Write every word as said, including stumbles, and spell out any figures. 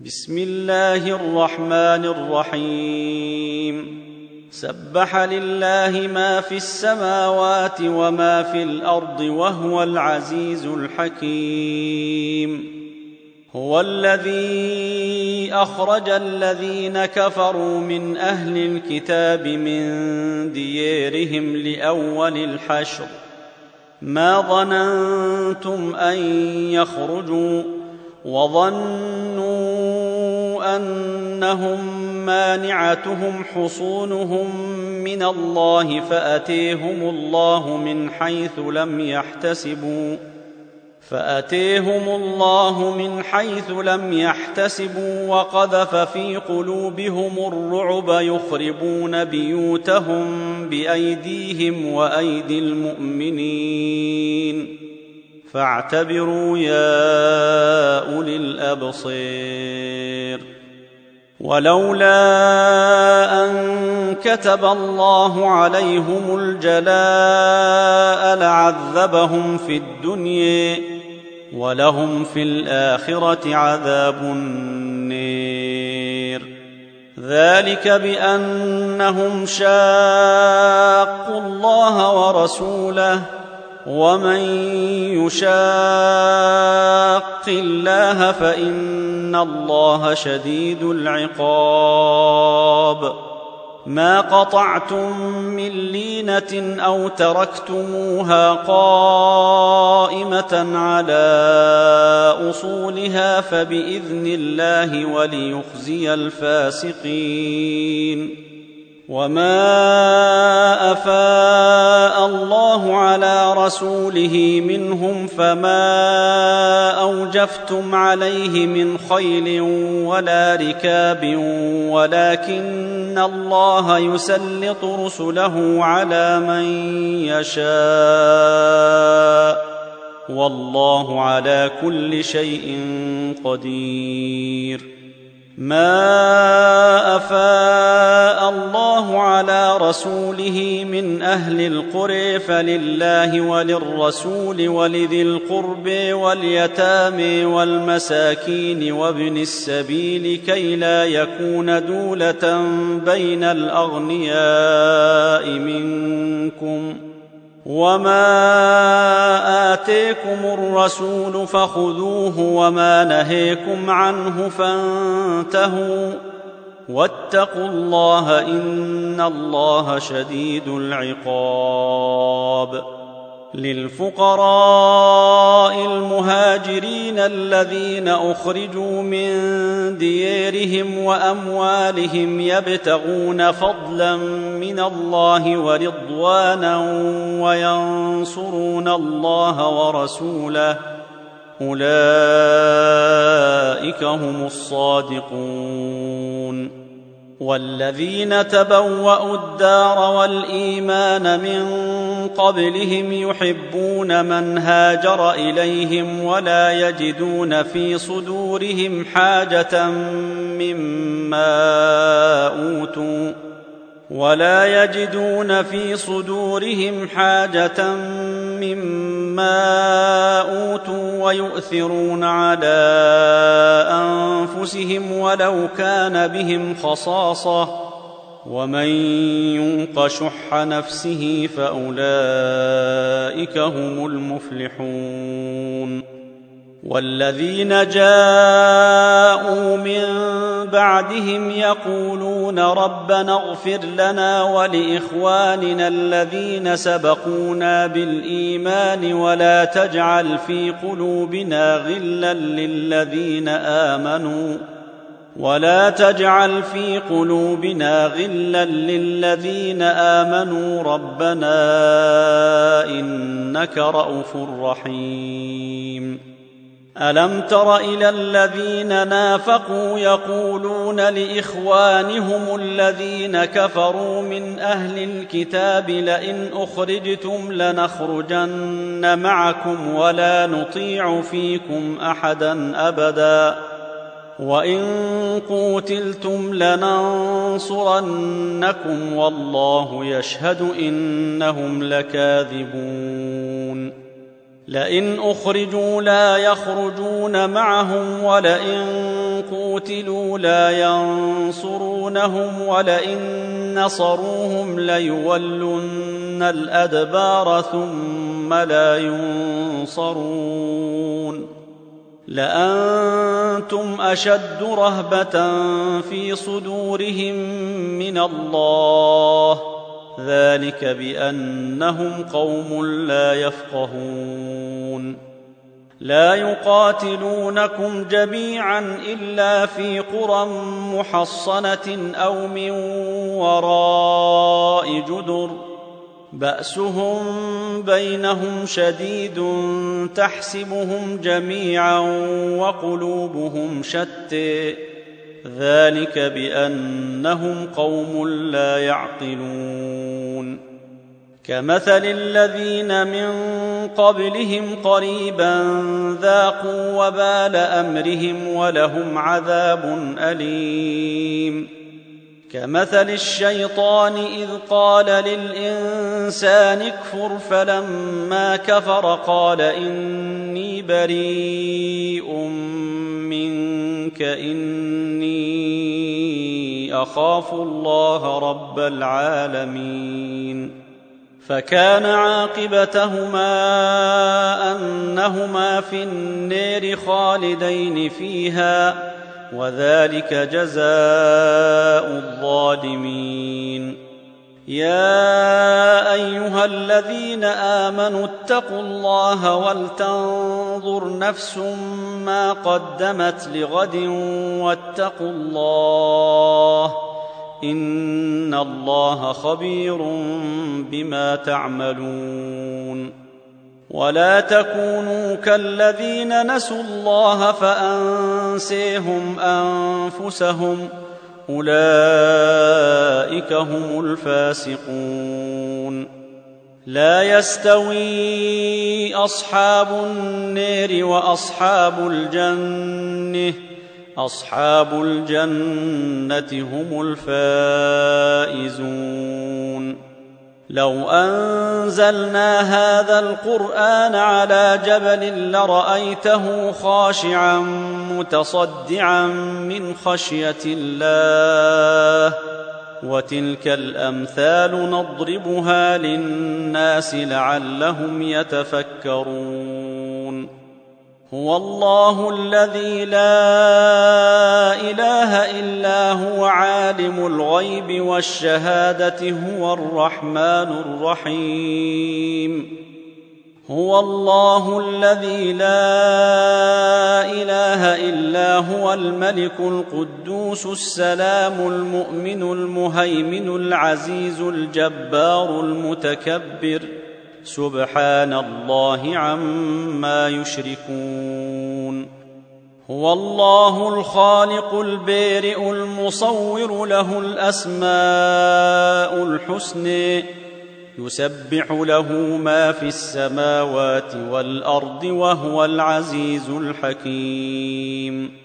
بسم الله الرحمن الرحيم سبح لله ما في السماوات وما في الأرض وهو العزيز الحكيم هو الذي أخرج الذين كفروا من أهل الكتاب من ديارهم لأول الحشر ما ظننتم أن يخرجوا وظنوا أنهم مانعتهم حصونهم من الله فأتيهم الله من حيث لم يحتسبوا فأتيهم الله من حيث لم يحتسبوا وقذف في قلوبهم الرعب يخربون بيوتهم بأيديهم وأيدي المؤمنين فاعتبروا يا أولي الأبصير ولولا أن كتب الله عليهم الجلاء لعذبهم في الدنيا ولهم في الآخرة عذاب النير ذلك بأنهم شاقوا الله ورسوله ومن يشاق الله فإن الله شديد العقاب ما قطعتم من لينة أو تركتموها قائمة على أصولها فبإذن الله وليخزي الفاسقين وما أفاء الله على رسوله منهم فما أوجفتم عليه من خيل ولا ركاب ولكن الله يسلط رسله على من يشاء والله على كل شيء قدير ما أفاء الله على رسوله من أهل القرى فلله وللرسول ولذي القرب واليتامى والمساكين وابن السبيل كي لا يكون دولة بين الأغنياء منكم وما آتيكم الرسول فخذوه وما نهيكم عنه فانتهوا واتقوا الله إن الله شديد العقاب للفقراء المهاجرين الذين أخرجوا من ديارهم وأموالهم يبتغون فضلا من الله ورضوانا وينصرون الله ورسوله أولئك هم الصادقون والذين تبوأوا الدار والإيمان من قبلهم يحبون من هاجر إليهم ولا يجدون في صدورهم حاجة مما أوتوا ولا يجدون في صدورهم حاجة مما أوتوا ويؤثرون على أنفسهم ولو كان بهم خصاصة ومن يوق شح نفسه فأولئك هم المفلحون والذين جاءوا من بعدهم يقولون ربنا اغفر لنا ولإخواننا الذين سبقونا بالإيمان ولا تجعل في قلوبنا غلا للذين آمنوا ولا تجعل في قلوبنا غلا للذين آمنوا ربنا إنك رءوف رحيم ألم تر إلى الذين نافقوا يقولون لإخوانهم الذين كفروا من أهل الكتاب لئن أخرجتم لنخرجن معكم ولا نطيع فيكم أحدا أبدا وإن قوتلتم لننصرنكم والله يشهد إنهم لكاذبون لئن أخرجوا لا يخرجون معهم ولئن قوتلوا لا ينصرونهم ولئن نصروهم ليولن الأدبار ثم لا ينصرون لأنتم أشد رهبة في صدورهم من الله ذلك بأنهم قوم لا يفقهون لا يقاتلونكم جميعا إلا في قرى محصنة أو من وراء جدر بأسهم بينهم شديد تحسبهم جميعا وقلوبهم شتى ذلك بأنهم قوم لا يعقلون كمثل الذين من قبلهم قريبا ذاقوا وبال أمرهم ولهم عذاب أليم كمثل الشيطان إذ قال للإنسان اكفر فلما كفر قال إني بريء منك إني أخاف الله رب العالمين فكان عاقبتهما أنهما في النار خالدين فيها وذلك جزاء الظالمين يا أيها الذين آمنوا اتقوا الله ولتنظر نفس ما قدمت لغد واتقوا الله إن الله خبير بما تعملون ولا تكونوا كالذين نسوا الله فأنسيهم أنفسهم أولئك هم الفاسقون لا يستوي أصحاب النار وأصحاب الجنة أصحاب الجنة هم الفائزون لو أنزلنا هذا القرآن على جبل لرأيته خاشعا متصدعا من خشية الله وتلك الأمثال نضربها للناس لعلهم يتفكرون هو الله الذي لا إله إلا هو عالم الغيب والشهادة هو الرحمن الرحيم هو الله الذي لا إله إلا هو الملك القدوس السلام المؤمن المهيمن العزيز الجبار المتكبر سبحان الله عما يشركون هو الله الخالق البارئ المصور له الأسماء الحسنى يسبح له ما في السماوات والأرض وهو العزيز الحكيم